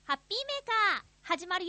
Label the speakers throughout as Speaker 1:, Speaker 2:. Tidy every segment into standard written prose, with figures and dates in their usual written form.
Speaker 1: ハッピーメーカー始まるよ。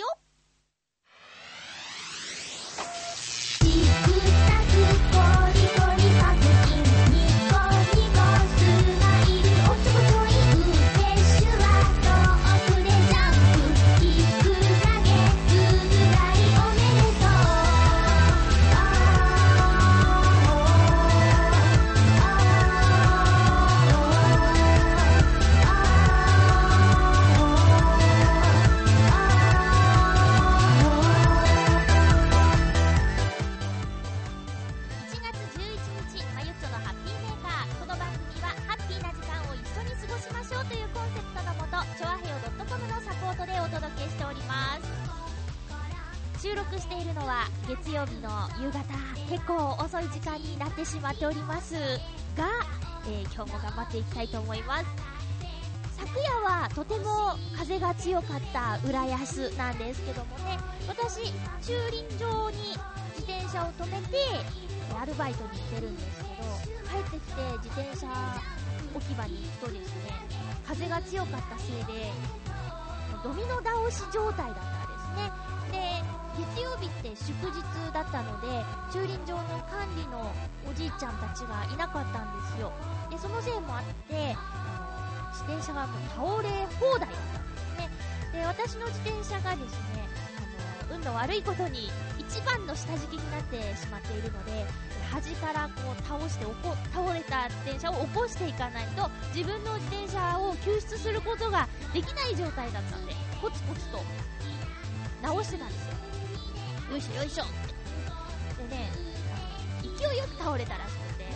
Speaker 1: 収録しているのは月曜日の夕方、結構遅い時間になってしまっておりますが、今日も頑張っていきたいと思います。昨夜はとても風が強かった浦安なんですけどもね、私駐輪場に自転車を止めてアルバイトに行ってるんですけど、帰ってきて自転車置き場に行くとですね、風が強かったせいでドミノ倒し状態だったんですね。で、月曜日って祝日だったので駐輪場の管理のおじいちゃんたちがいなかったんですよ。で、そのせいもあって自転車がもう倒れ放題だったんですね。で、私の自転車がですね、運の悪いことに一番の下敷きになってしまっているので、端からこう倒れた自転車を起こしていかないと自分の自転車を救出することができない状態だったので、コツコツと直してたんですよ。よいしょよいしょでね、勢いよく倒れたらしくて、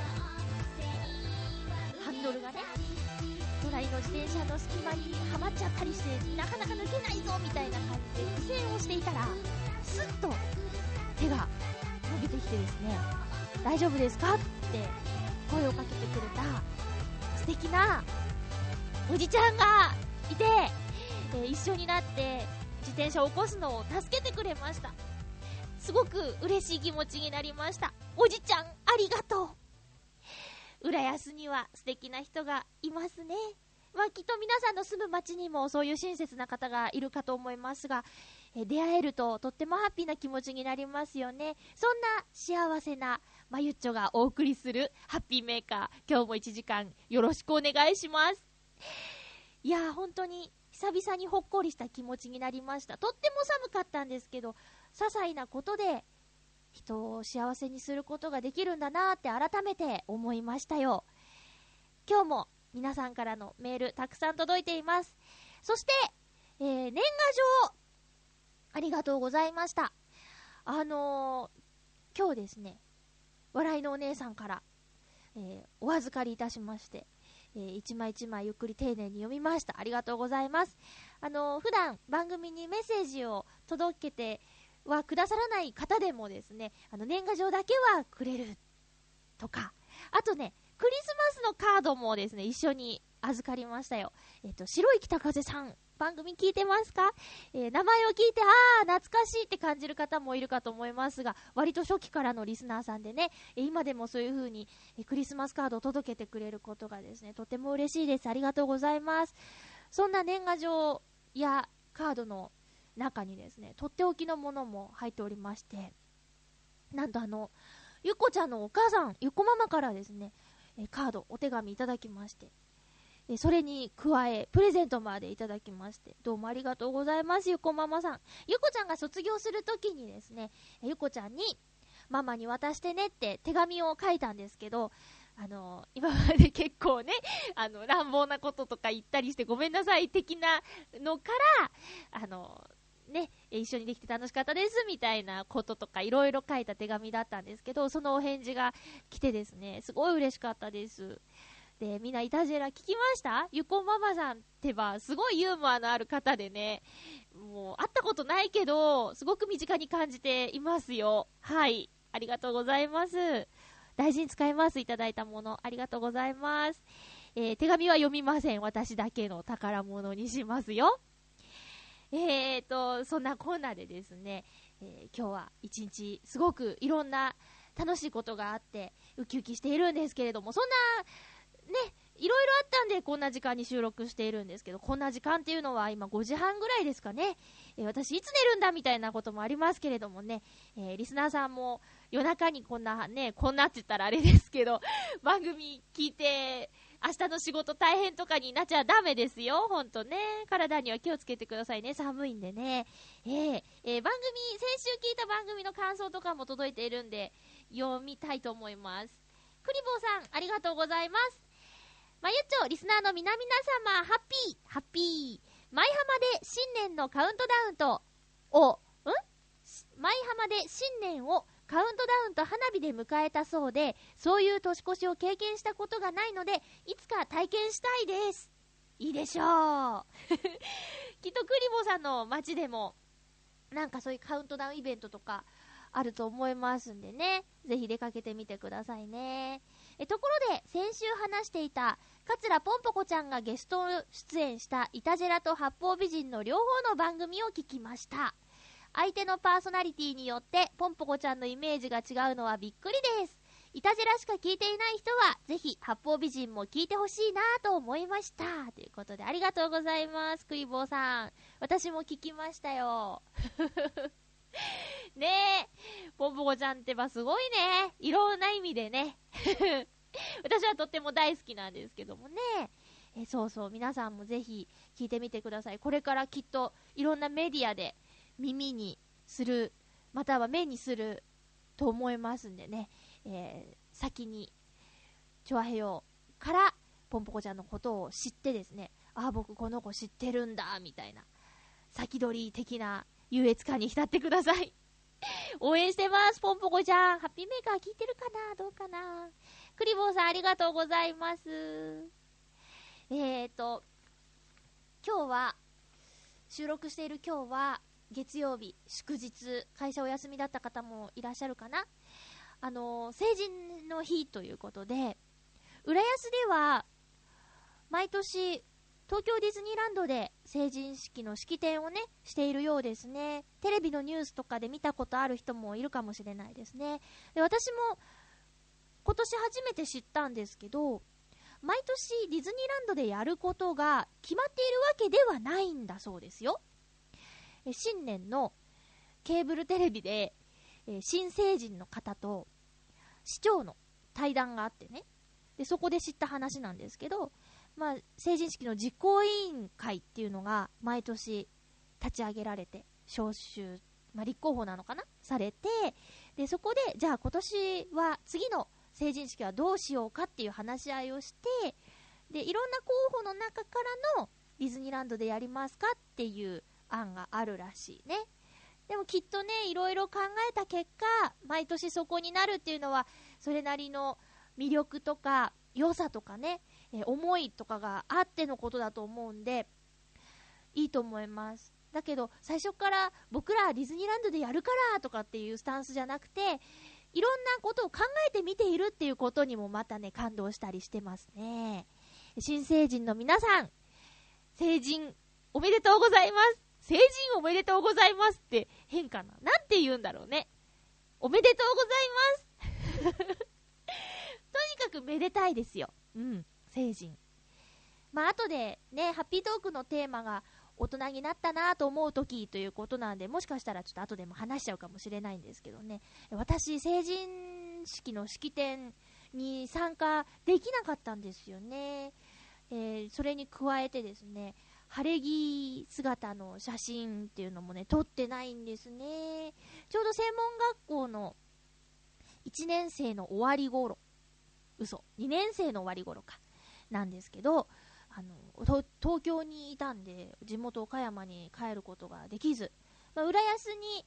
Speaker 1: ハンドルがね隣の自転車の隙間にはまっちゃったりして、なかなか抜けないぞみたいな感じで苦戦をしていたら、スッと手が伸びてきてですね、大丈夫ですかって声をかけてくれた素敵なおじちゃんがいて、一緒になって自転車を起こすのを助けてくれました。すごく嬉しい気持ちになりました。おじちゃんありがとう。浦安には素敵な人がいますね。まあ、きっと皆さんの住む町にもそういう親切な方がいるかと思いますが、出会えるととってもハッピーな気持ちになりますよね。そんな幸せなまゆっちょがお送りするハッピーメーカー、今日も1時間よろしくお願いします。いやー、本当に久々にほっこりした気持ちになりました。とっても寒かったんですけど、些細なことで人を幸せにすることができるんだなーって改めて思いましたよ。今日も皆さんからのメールたくさん届いています。そして、年賀状ありがとうございました。今日ですね、笑いのお姉さんから、お預かりいたしまして、一枚一枚ゆっくり丁寧に読みました。ありがとうございます。普段番組にメッセージを届けてはくださらない方でもですね、年賀状だけはくれるとか、あとね、クリスマスのカードもですね、一緒に預かりましたよ。白い北風さん、番組聞いてますか？名前を聞いて、懐かしいって感じる方もいるかと思いますが、割と初期からのリスナーさんでね、今でもそういう風にクリスマスカードを届けてくれることがですね、とても嬉しいです。ありがとうございます。そんな年賀状やカードの中にですね、とっておきのものも入っておりまして、なんとゆっこちゃんのお母さん、ゆっこママからですね、カード、お手紙いただきまして、それに加えプレゼントまでいただきまして、どうもありがとうございます。ゆっこママさん、ゆっこちゃんが卒業するときにですね、ゆっこちゃんにママに渡してねって手紙を書いたんですけど、今まで結構ね、乱暴なこととか言ったりしてごめんなさい的なのからね、一緒にできて楽しかったですみたいなこととかいろいろ書いた手紙だったんですけど、そのお返事が来てですね、すごい嬉しかったです。で、みんないたじら聞きました？ゆこママさんってばすごいユーモアのある方でね、もう会ったことないけどすごく身近に感じていますよ。はい、ありがとうございます。大事に使います。いただいたものありがとうございます。手紙は読みません。私だけの宝物にしますよ。そんなこんなでですね、今日は一日すごくいろんな楽しいことがあってウキウキしているんですけれども、そんなね、 いろいろあったんでこんな時間に収録しているんですけど、こんな時間っていうのは今5時半ぐらいですかね。私いつ寝るんだみたいなこともありますけれどもね、リスナーさんも夜中にこんなって言ったらあれですけど、番組聞いて明日の仕事大変とかになっちゃダメですよ、ほんとね。体には気をつけてくださいね、寒いんでね。先週聞いた番組の感想とかも届いているんで読みたいと思います。クリボーさんありがとうございます。まゆっちょ、リスナーの皆々様、ハッピー。舞浜で新年のカウントダウンと、舞浜で新年をカウントダウンと花火で迎えたそうで、そういう年越しを経験したことがないので、いつか体験したいです。いいでしょう。きっとクリボーさんの街でも、なんかそういうカウントダウンイベントとかあると思いますんでね、ぜひ出かけてみてくださいね。ところで先週話していた桂ぽんぽこちゃんがゲスト出演したイタジェラと八方美人の両方の番組を聞きました。相手のパーソナリティによってぽんぽこちゃんのイメージが違うのはびっくりです。イタジェラしか聞いていない人はぜひ八方美人も聞いてほしいなと思いました。ということでありがとうございます、クリボーさん。私も聞きましたよ。ねえ、ぽんぽこちゃんってばすごいね、いろんな意味でね。私はとっても大好きなんですけどもね。そう皆さんもぜひ聞いてみてください。これからきっといろんなメディアで耳にする、または目にすると思いますんでね、先にチョアヘヨからぽんぽこちゃんのことを知ってですね、僕この子知ってるんだみたいな先取り的な優越感に浸ってください。応援してます、ぽんぽこちゃん。ハッピーメーカー聞いてるかな、どうかな。クリボーさんありがとうございます。今日は収録している今日は月曜日、祝日、会社お休みだった方もいらっしゃるかな。成人の日ということで、浦安では毎年東京ディズニーランドで成人式の式典をねしているようですね。テレビのニュースとかで見たことある人もいるかもしれないですね。で、私も今年初めて知ったんですけど、毎年ディズニーランドでやることが決まっているわけではないんだそうですよ。新年のケーブルテレビで、新成人の方と市長の対談があってね、でそこで知った話なんですけど、成人式の実行委員会っていうのが毎年立ち上げられて招集、立候補なのかなされて、でそこでじゃあ今年は次の成人式はどうしようかっていう話し合いをして、でいろんな候補の中からのディズニーランドでやりますかっていう案があるらしいね。でもきっとね、いろいろ考えた結果、毎年そこになるっていうのはそれなりの魅力とか良さとかね、思いとかがあってのことだと思うんでいいと思います。だけど最初から僕らディズニーランドでやるからとかっていうスタンスじゃなくて、いろんなことを考えてみているっていうことにもまたね感動したりしてますね。新成人の皆さん、成人おめでとうございます。成人おめでとうございますって変かな、なんて言うんだろうね。おめでとうございます。とにかくめでたいですよ。成人。後でね、ハッピートークのテーマが大人になったなと思う時ということなんで、もしかしたらちょっと後でも話しちゃうかもしれないんですけどね、私成人式の式典に参加できなかったんですよね。それに加えてですね、晴れ着姿の写真っていうのもね撮ってないんですね。ちょうど専門学校の1年生の終わり頃、2年生の終わり頃かなんですけど、東京にいたんで地元岡山に帰ることができず、浦安に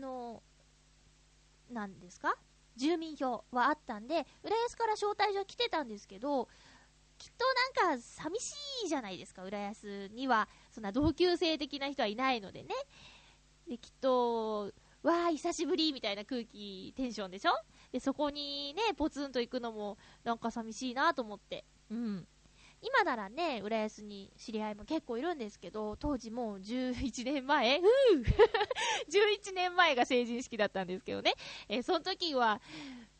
Speaker 1: なんですか、住民票はあったんで浦安から招待状来てたんですけど、きっとなんか寂しいじゃないですか。浦安にはそんな同級生的な人はいないのでね。できっとわー久しぶりみたいな空気テンションでしょ。でそこにねポツンと行くのもなんか寂しいなと思って、今ならね浦安に知り合いも結構いるんですけど、当時もう11年前11年前が成人式だったんですけどね、その時は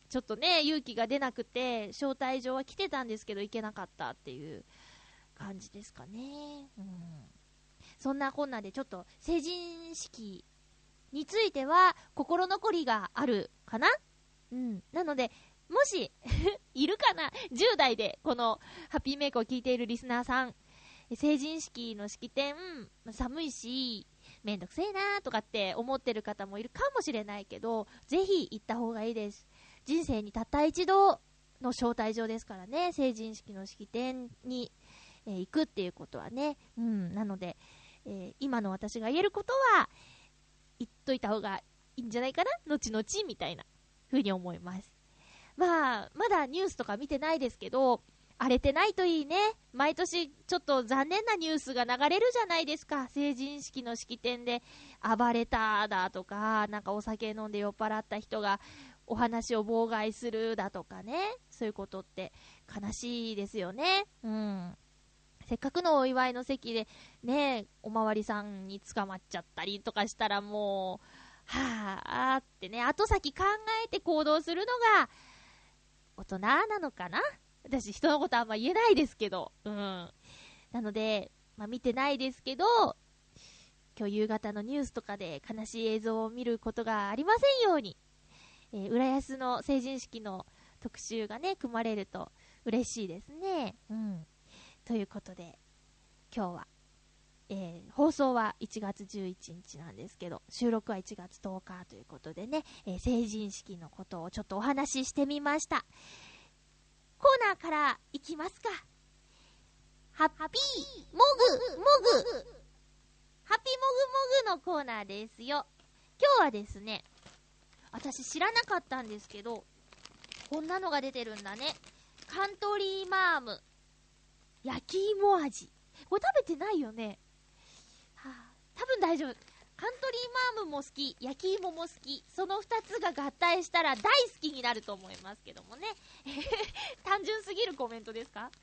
Speaker 1: ちょっとね、勇気が出なくて、招待状は来てたんですけど、行けなかったっていう感じですかね。そんなこんなでちょっと成人式については心残りがあるかな。なので、もしいるかな、10代でこのハッピーメイクを聞いているリスナーさん、成人式の式典寒いしめんどくせえなとかって思ってる方もいるかもしれないけど、ぜひ行った方がいいです。人生にたった一度の招待状ですからね、成人式の式典に、行くっていうことはね。なので、今の私が言えることは言っといた方がいいんじゃないかな、後々みたいな風に思います。まだニュースとか見てないですけど、荒れてないといいね。毎年ちょっと残念なニュースが流れるじゃないですか。成人式の式典で暴れただとか、なんかお酒飲んで酔っ払った人がお話を妨害するだとかね。そういうことって悲しいですよね。せっかくのお祝いの席でね、おまわりさんに捕まっちゃったりとかしたら、もうはぁーってね、後先考えて行動するのが大人なのかな。私人のことあんま言えないですけど、なので、見てないですけど、今日夕方のニュースとかで悲しい映像を見ることがありませんように、浦安の成人式の特集がね組まれると嬉しいですね。ということで今日は、放送は1月11日なんですけど、収録は1月10日ということでね、成人式のことをちょっとお話ししてみました。コーナーからいきますか。ハッピーモグモグハッピーモグモグのコーナーですよ。今日はですね、私知らなかったんですけど、こんなのが出てるんだね。カントリーマーム焼き芋味。これ食べてないよね。多分大丈夫。カントリーマームも好き、焼き芋も好き、その2つが合体したら大好きになると思いますけどもね。単純すぎるコメントですか。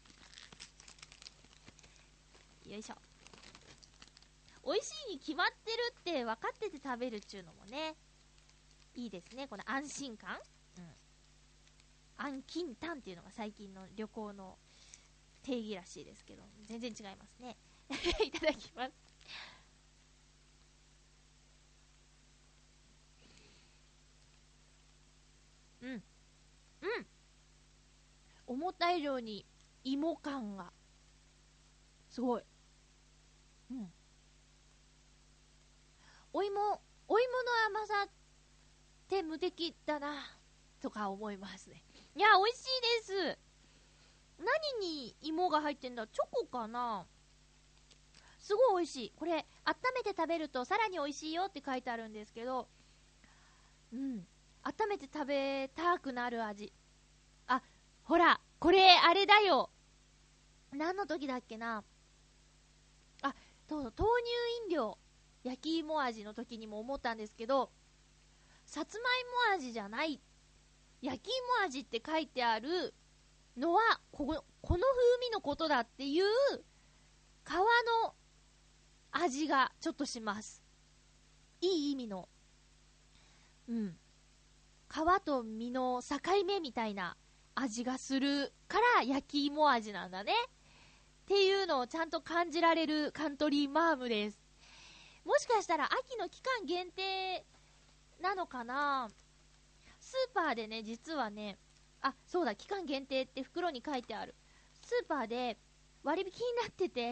Speaker 1: よいしょ。美味しいに決まってるって分かってて食べるっちゅうのもね、いいですね。この安心感、安近短っていうのが最近の旅行の定義らしいですけど、全然違いますね。いただきます。思った以上に芋感がすごい。お芋の甘さって無敵だなとか思いますね。いや、美味しいです。何に芋が入ってんだ、チョコかな。すごい美味しい。これ温めて食べるとさらに美味しいよって書いてあるんですけど、温めて食べたくなる味。あ、ほらこれあれだよ。何の時だっけな。豆乳飲料焼き芋味の時にも思ったんですけど、さつまいも味じゃない、焼き芋味って書いてあるのはこの風味のことだっていう皮の味がちょっとします。いい意味の、皮と実の境目みたいな味がするから焼き芋味なんだねっていうのをちゃんと感じられるカントリーマームです。もしかしたら秋の期間限定なのかな。スーパーでね、実はね、そうだ、期間限定って袋に書いてある。スーパーで割引になっててで、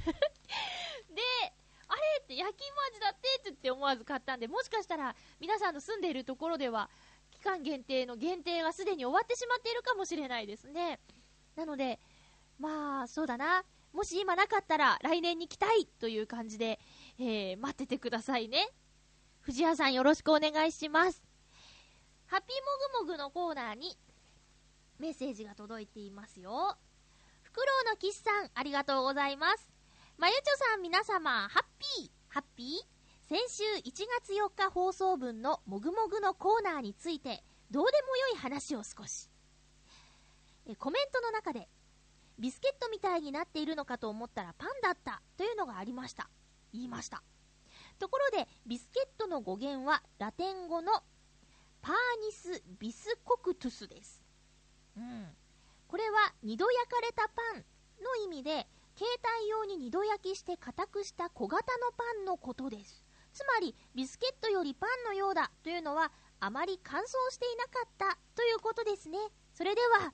Speaker 1: あれって焼き芋味だってって言って思わず買ったんで、もしかしたら皆さんの住んでいるところでは期間限定の限定がすでに終わってしまっているかもしれないですね。なのでそうだな、もし今なかったら来年に期待という感じで、待っててくださいね。藤谷さんよろしくお願いします。ハッピーもぐもぐのコーナーにメッセージが届いていますよ。フクロウのキスさん、ありがとうございます。まゆちょさん、皆様ハッピー。先週1月4日放送分のもぐもぐのコーナーについてどうでもよい話を少し。コメントの中でビスケットみたいになっているのかと思ったらパンだったというのがありました。言いました。ところでビスケットの語源はラテン語のパーニスビスコクトゥスです。これは二度焼かれたパンの意味で、携帯用に二度焼きして硬くした小型のパンのことです。つまりビスケットよりパンのようだというのは、あまり乾燥していなかったということですね。それでは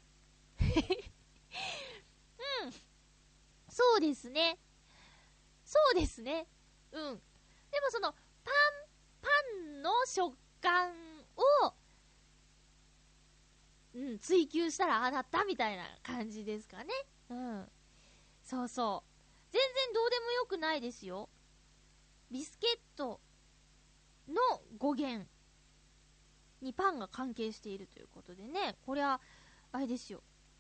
Speaker 1: そうですね。そうですね。でもそのパンの食感を、追求したらああなったみたいな感じですかね。そうそう。全然どうでもよくないですよ。ビスケットの語源にパンが関係しているということでね、これはあれですよ。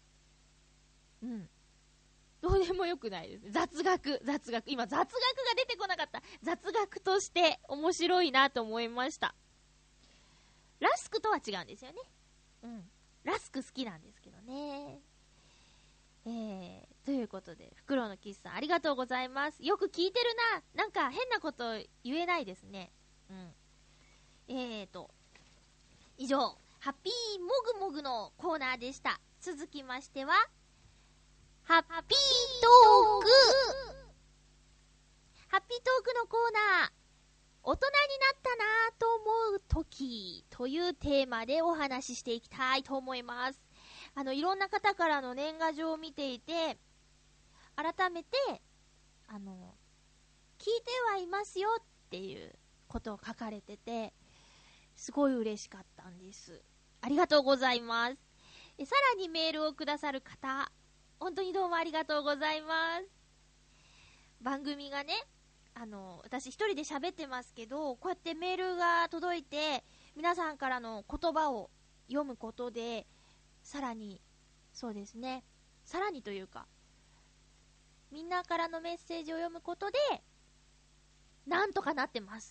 Speaker 1: どうでもよくないですね。雑学。今雑学が出てこなかった。雑学として面白いなと思いました。ラスクとは違うんですよね。ラスク好きなんですけどね。ということで、フクロウのキスさんありがとうございます。よく聞いてるな。なんか変なこと言えないですね。以上、ハッピーもぐもぐのコーナーでした。続きましては、ハッピートーク。ハッピートークのコーナー、大人になったなぁと思う時というテーマでお話ししていきたいと思います。いろんな方からの年賀状を見ていて、改めて、聞いてはいますよっていうことを書かれてて、すごい嬉しかったんです。ありがとうございます。さらにメールをくださる方、本当にどうもありがとうございます。番組がね、私一人で喋ってますけど、こうやってメールが届いて、皆さんからの言葉を読むことで、さらに、そうですね、さらにというか、みんなからのメッセージを読むことで、なんとかなってます。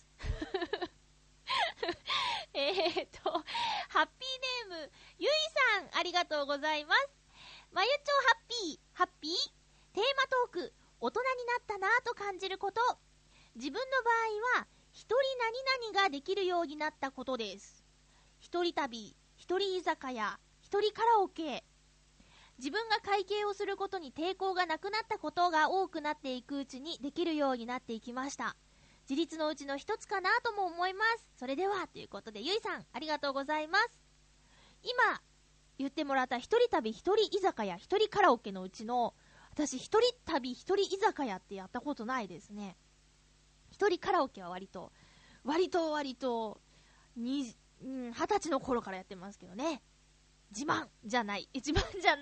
Speaker 1: ハッピーネーム、ゆいさん、ありがとうございます。まゆちょハッピー、テーマトーク、大人になったなぁと感じること。自分の場合は、一人何々ができるようになったことです。一人旅、一人居酒屋、一人カラオケ。自分が会計をすることに抵抗がなくなったことが多くなっていくうちにできるようになっていきました。自立のうちの一つかなとも思います。それでは、ということで、ゆいさん、ありがとうございます。今、言ってもらった一人旅、一人居酒屋、一人カラオケのうちの、私、一人旅、一人居酒屋ってやったことないですね。一人カラオケは割と、20歳の頃からやってますけどね。自慢じゃない。一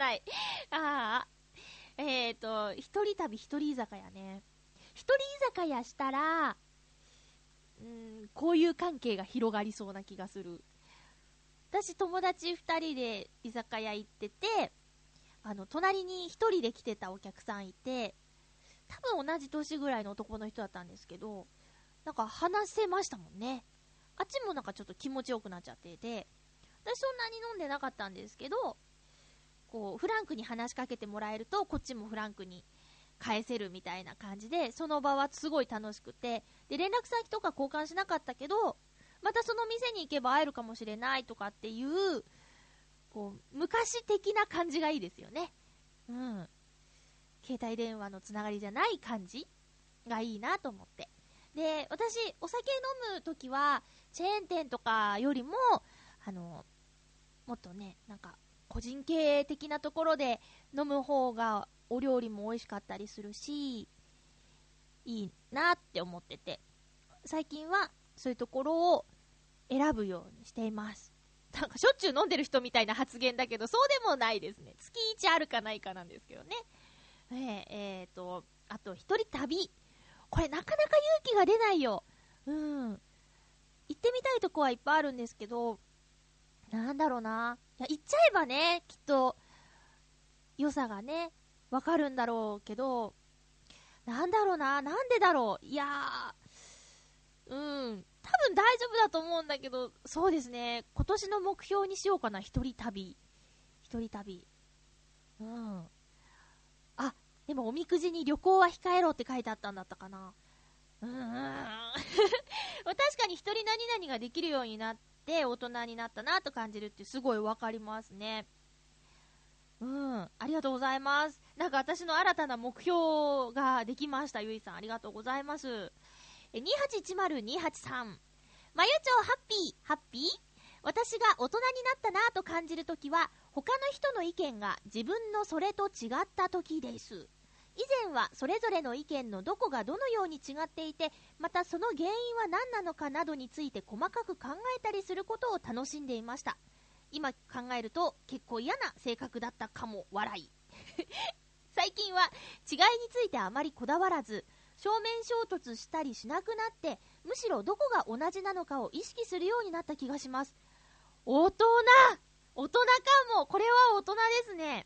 Speaker 1: 人旅、一人居酒屋ね。一人居酒屋したら、交友関係が広がりそうな気がする。私、友達2人で居酒屋行ってて、隣に1人で来てたお客さんいて、多分同じ年ぐらいの男の人だったんですけど、なんか話せましたもんね。あっちもなんかちょっと気持ちよくなっちゃってて、私そんなに飲んでなかったんですけど、こう、フランクに話しかけてもらえると、こっちもフランクに返せるみたいな感じで、その場はすごい楽しくて、で、連絡先とか交換しなかったけど、またその店に行けば会えるかもしれないとかっていう、こう、昔的な感じがいいですよね。携帯電話のつながりじゃない感じがいいなと思って。で、私、お酒飲むときは、チェーン店とかよりも、もっとね、なんか、個人経営的なところで飲む方が、お料理も美味しかったりするし、いいなって思ってて、最近はそういうところを選ぶようにしています。なんかしょっちゅう飲んでる人みたいな発言だけど、そうでもないですね。月1あるかないかなんですけどね。あと一人旅。これなかなか勇気が出ないよ。行ってみたいとこはいっぱいあるんですけど、なんだろうな。いや、行っちゃえばね、きっと、良さがね、わかるんだろうけど、なんだろうな、なんでだろう。いやー、多分大丈夫だと思うんだけど、そうですね、今年の目標にしようかな、一人旅。あ、でもおみくじに旅行は控えろって書いてあったんだったかな。確かに一人何々ができるようになっって大人になったなと感じるってすごいわかりますね。ありがとうございます。なんか私の新たな目標ができました。ゆいさんありがとうございます。2810-283まゆちょハッピー私が大人になったなと感じるときは他の人の意見が自分のそれと違ったときです。以前はそれぞれの意見のどこがどのように違っていて、またその原因は何なのかなどについて細かく考えたりすることを楽しんでいました。今考えると結構嫌な性格だったかも笑い最近は違いについてあまりこだわらず正面衝突したりしなくなって、むしろどこが同じなのかを意識するようになった気がします。大人かも。これは大人ですね。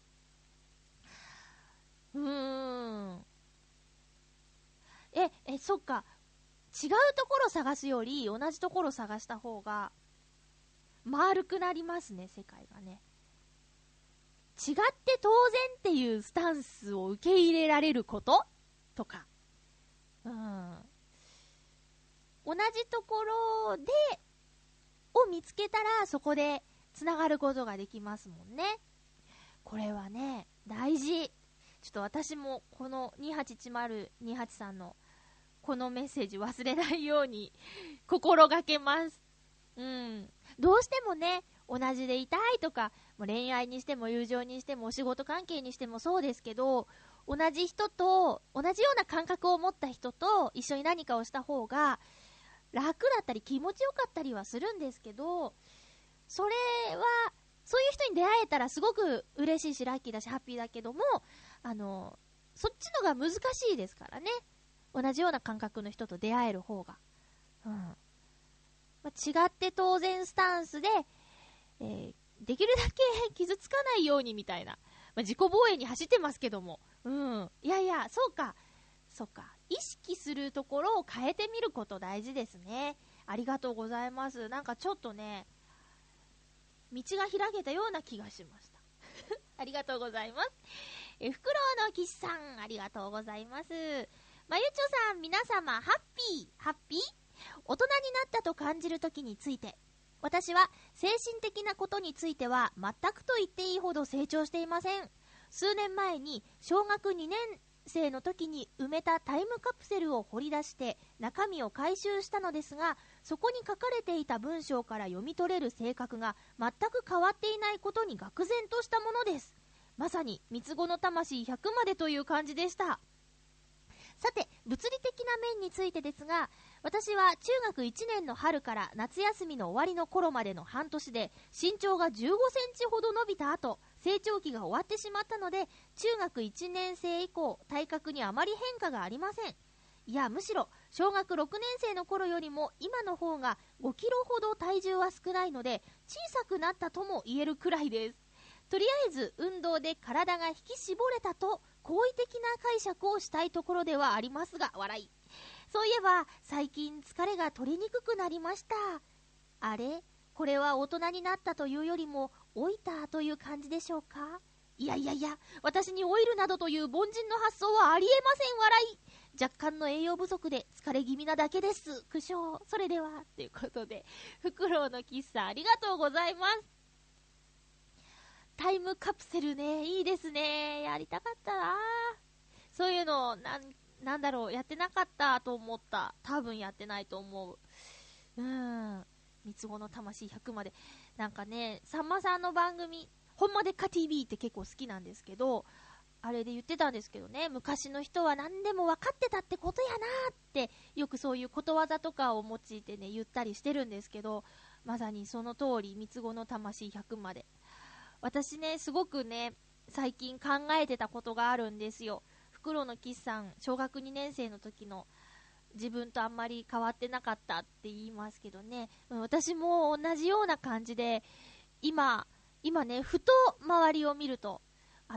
Speaker 1: そっか。違うところ探すより同じところ探した方が丸くなりますね、世界がね。違って当然っていうスタンスを受け入れられることとか、同じところでを見つけたらそこでつながることができますもんね。これはね大事。ちょっと私もこの2810-283のこのメッセージ忘れないように心がけます。どうしてもね同じでいたいとか、もう恋愛にしても友情にしてもお仕事関係にしてもそうですけど、同じ人と同じような感覚を持った人と一緒に何かをした方が楽だったり気持ちよかったりはするんですけど、それはそういう人に出会えたらすごく嬉しいしラッキーだしハッピーだけども、そっちのが難しいですからね。同じような感覚の人と出会える方が、違って当然スタンスで、できるだけ傷つかないようにみたいな、自己防衛に走ってますけども、いやいや、そうか意識するところを変えてみること大事ですね。ありがとうございます。なんかちょっとね道が開けたような気がしましたありがとうございます。フクロウの騎士さんありがとうございます。まゆちょさん、皆様ハッピー大人になったと感じるときについて、私は精神的なことについては全くと言っていいほど成長していません。数年前に小学2年生の時に埋めたタイムカプセルを掘り出して中身を回収したのですが、そこに書かれていた文章から読み取れる性格が全く変わっていないことに愕然としたものです。まさに三つ子の魂100までという感じでした。さて、物理的な面についてですが、私は中学1年の春から夏休みの終わりの頃までの半年で身長が15センチほど伸びた後、成長期が終わってしまったので、中学1年生以降体格にあまり変化がありません。いや、むしろ小学6年生の頃よりも今の方が5キロほど体重は少ないので、小さくなったとも言えるくらいです。とりあえず運動で体が引き絞れたと好意的な解釈をしたいところではありますが、笑い。そういえば最近疲れが取りにくくなりました。あれ、これは大人になったというよりも老いたという感じでしょうか。いや、私に老いるなどという凡人の発想はありえません。笑い。若干の栄養不足で疲れ気味なだけです。苦笑。それではということで、フクロウの喫茶ありがとうございます。タイムカプセルね、いいですね。やりたかったな。そういうのなんだろう、やってなかったと思った。多分やってないと思う。三つ子の魂100まで。なんかね、さんまさんの番組ほんまでっか TV って結構好きなんですけど、あれで言ってたんですけどね、昔の人は何でも分かってたってことやなーって、よくそういうことわざとかを用いてね言ったりしてるんですけど、まさにその通り、三つ子の魂100まで。私ね、すごくね最近考えてたことがあるんですよ。フクロウのキスさん、小学2年生の時の自分とあんまり変わってなかったって言いますけどね、私も同じような感じで、今ね、ふと周りを見ると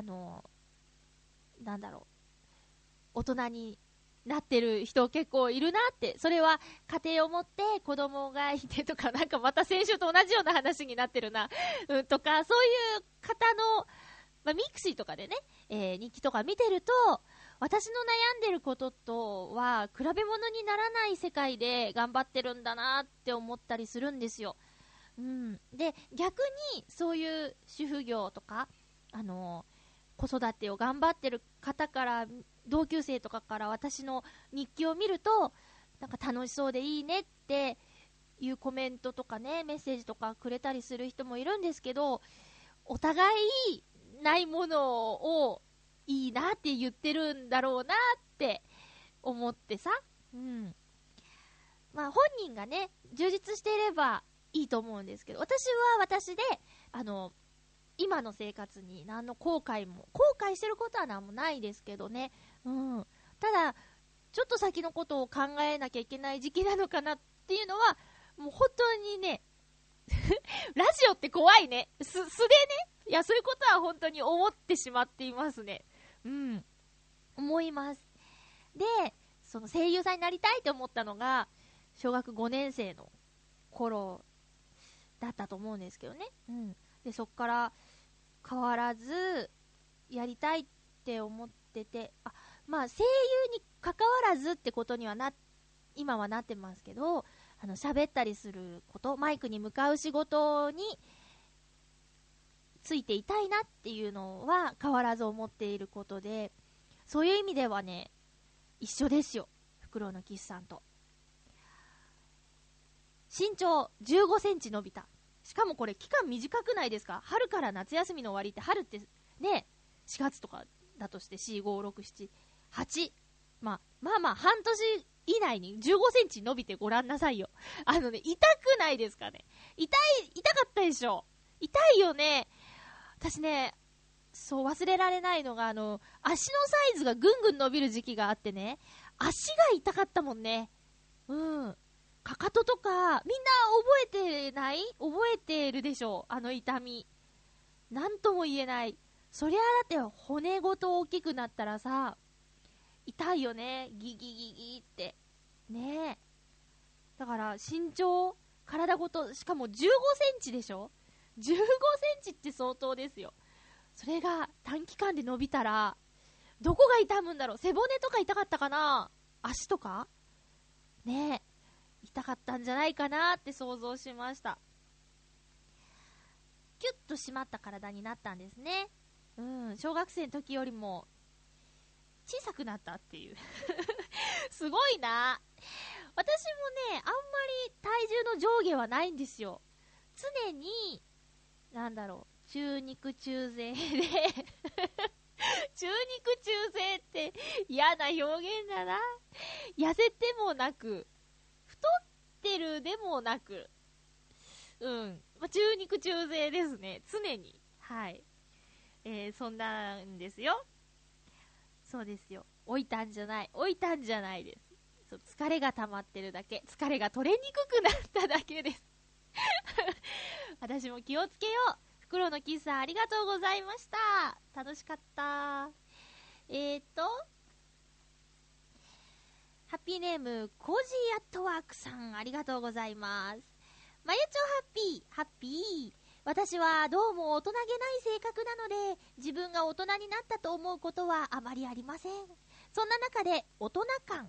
Speaker 1: なんだろう、大人になってる人結構いるなって。それは家庭を持って子供がいてとか、なんかまた先週と同じような話になってるな、とか、そういう方の、ミクシーとかでね、日記とか見てると、私の悩んでることとは比べ物にならない世界で頑張ってるんだなって思ったりするんですよ。 で、逆にそういう主婦業とか、子育てを頑張ってる方から、同級生とかから私の日記を見ると、なんか楽しそうでいいねっていうコメントとかね、メッセージとかくれたりする人もいるんですけど、お互いないものをいいなって言ってるんだろうなって思ってさ、まあ本人がね、充実していればいいと思うんですけど、私は私で、今の生活に何の後悔してることは何もないですけどね。ただ、ちょっと先のことを考えなきゃいけない時期なのかなっていうのは、もう本当にね、ラジオって怖いね。素でね。いや、そういうことは本当に思ってしまっていますね。思います。で、その声優さんになりたいと思ったのが、小学5年生の頃だったと思うんですけどね。で、そっから変わらずやりたいって思ってて、まあ声優に関わらずってことには今はなってますけど、喋ったりすること、マイクに向かう仕事についていたいなっていうのは変わらず思っていることで、そういう意味ではね、一緒ですよ、フクロウのキスさんと。身長15センチ伸びた。しかもこれ期間短くないですか？春から夏休みの終わりって、春ってね、4月とかだとして、4、5、6、7、8、まあ半年以内に15センチ伸びてごらんなさいよ。痛くないですかね？痛かったでしょ？痛いよね。私ね、そう忘れられないのが、足のサイズがぐんぐん伸びる時期があってね、足が痛かったもんね。かかととか、みんな覚えてるでしょ？痛み。なんとも言えない。そりゃだって骨ごと大きくなったらさ、痛いよね。ギギギギって。ねえ。だから身長、体ごと、しかも15センチでしょ？ 15 センチって相当ですよ。それが短期間で伸びたら、どこが痛むんだろう？背骨とか痛かったかな？足とか？ねえ。痛かったんじゃないかなって想像しました。キュッと締まった体になったんですね。小学生の時よりも小さくなったっていうすごいな。私もね、あんまり体重の上下はないんですよ。常に中肉中背で中肉中背って嫌な表現だな。痩せてもなく太ってるでもなく、中肉中背ですね、常に。はい。そんなんですよ。そうですよ。置いたんじゃないです。そう、疲れが溜まってるだけ。疲れが取れにくくなっただけです。私も気をつけよう。フクロウのキスさん、ありがとうございました。楽しかった。ハッピーネームコージーアットワークさん、ありがとうございます。まゆちょハッピー。私はどうも大人げない性格なので、自分が大人になったと思うことはあまりありません。そんな中で大人感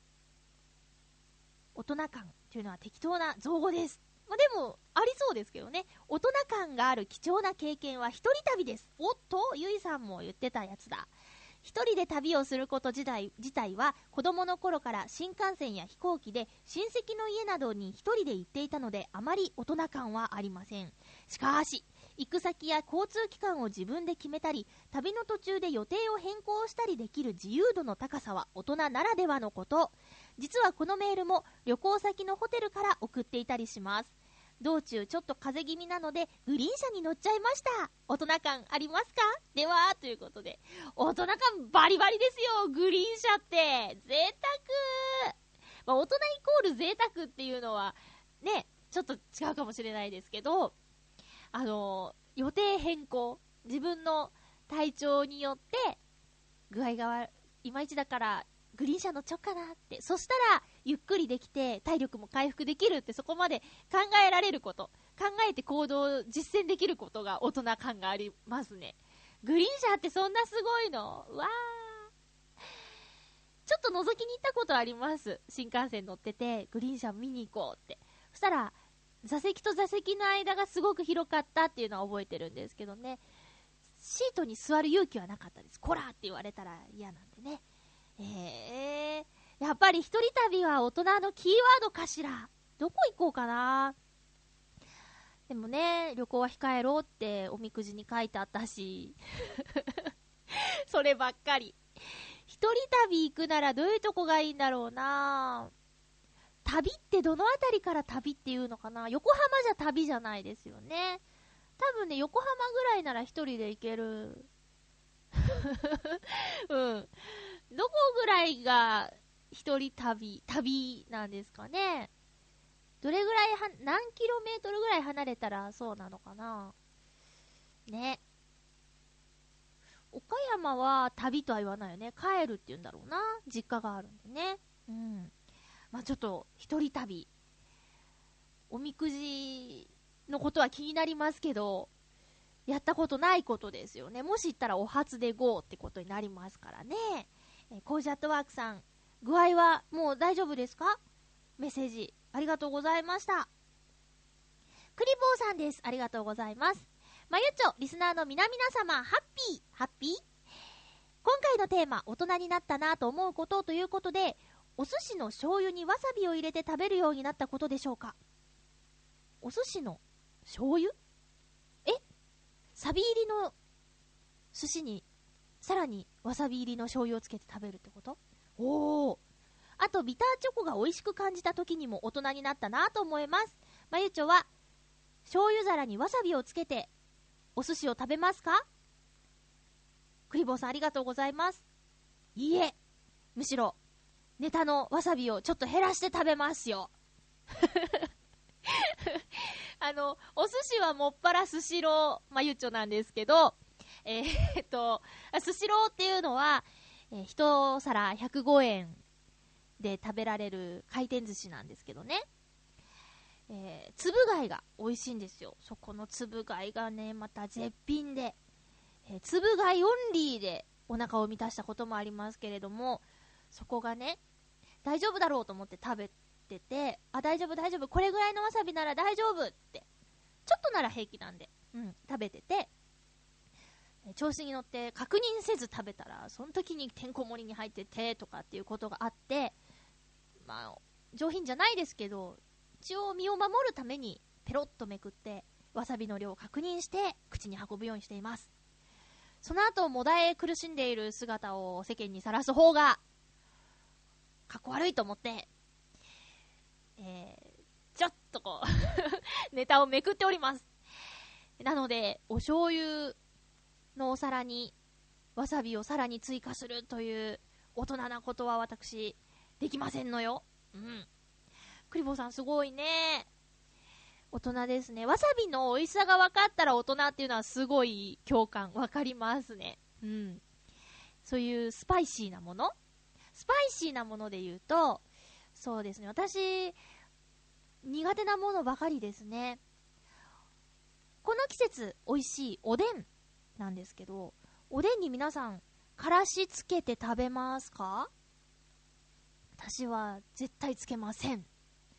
Speaker 1: というのは適当な造語です。でもありそうですけどね。大人感がある貴重な経験は一人旅です。おっと、ゆいさんも言ってたやつだ。一人で旅をすること自体は子供の頃から新幹線や飛行機で親戚の家などに一人で行っていたので、あまり大人感はありません。しかし行く先や交通機関を自分で決めたり、旅の途中で予定を変更したりできる自由度の高さは大人ならではのこと。実はこのメールも旅行先のホテルから送っていたりします。道中ちょっと風邪気味なのでグリーン車に乗っちゃいました。大人感ありますか？ではということで、大人感バリバリですよ。グリーン車って贅沢、大人イコール贅沢っていうのはね、ちょっと違うかもしれないですけど、予定変更、自分の体調によって具合がいまいちだからグリーン車乗っちゃおうかなって、そしたらゆっくりできて体力も回復できるって、そこまで考えられること、考えて行動実践できることが大人感がありますね。グリーン車ってそんなすごいの？わー、ちょっと覗きに行ったことあります。新幹線乗っててグリーン車見に行こうって。そしたら座席と座席の間がすごく広かったっていうのは覚えてるんですけどね。シートに座る勇気はなかったです。こらって言われたら嫌なんでね。やっぱり一人旅は大人のキーワードかしら。どこ行こうかな。でもね、旅行は控えろっておみくじに書いてあったしそればっかり。一人旅行くならどういうとこがいいんだろうな。旅ってどのあたりから旅っていうのかな。横浜じゃ旅じゃないですよね。多分ね、横浜ぐらいなら一人で行けるうん。どこぐらいが一人旅なんですかね。どれぐらい何キロメートルぐらい離れたらそうなのかな。ね。岡山は旅とは言わないよね。帰るって言うんだろうな。実家があるんでね。うん。まあちょっと一人旅、おみくじのことは気になりますけど、やったことないことですよね。もし行ったらお初で GO ってことになりますからね。コージアットワークさん、具合はもう大丈夫ですか？メッセージありがとうございました。クリボーさんです。ありがとうございます。まゆちょ、リスナーの皆々様、ハッピー今回のテーマ、大人になったなと思うことということで、お寿司の醤油にわさびを入れて食べるようになったことでしょうか？お寿司の醤油？サビ入りの寿司にさらにわさび入りの醤油をつけて食べるってこと？おー。あとビターチョコが美味しく感じた時にも大人になったなと思います。まゆちょは醤油皿にわさびをつけてお寿司を食べますか？クリボーさんありがとうございます。いいえ、むしろネタのわさびをちょっと減らして食べますよお寿司はもっぱらスシローまゆちょなんですけど、スシローっていうのは、一皿105円で食べられる回転寿司なんですけどね、つぶ貝が美味しいんですよ。そこのつぶ貝がねまた絶品で、つぶ貝オンリーでお腹を満たしたこともありますけれども、そこがね大丈夫だろうと思って食べてて、大丈夫これぐらいのわさびなら大丈夫って、ちょっとなら平気なんで、食べてて、調子に乗って確認せず食べたらその時にてんこ盛りに入っててとかっていうことがあって、まあ上品じゃないですけど一応身を守るためにペロッとめくってわさびの量を確認して口に運ぶようにしています。その後もだえ苦しんでいる姿を世間にさらす方がかっこ悪いと思って、ちょっとこうネタをめくっております。なのでお醤油のお皿にわさびをさらに追加するという大人なことは私できませんのよ。クリボーさんすごいね。大人ですね。わさびの美味しさが分かったら大人っていうのはすごい共感分かりますね。そういうスパイシーなもので言うと、そうですね、私苦手なものばかりですね。この季節美味しいおでんなんですけど、おでんに皆さんからしつけて食べますか？私は絶対つけません。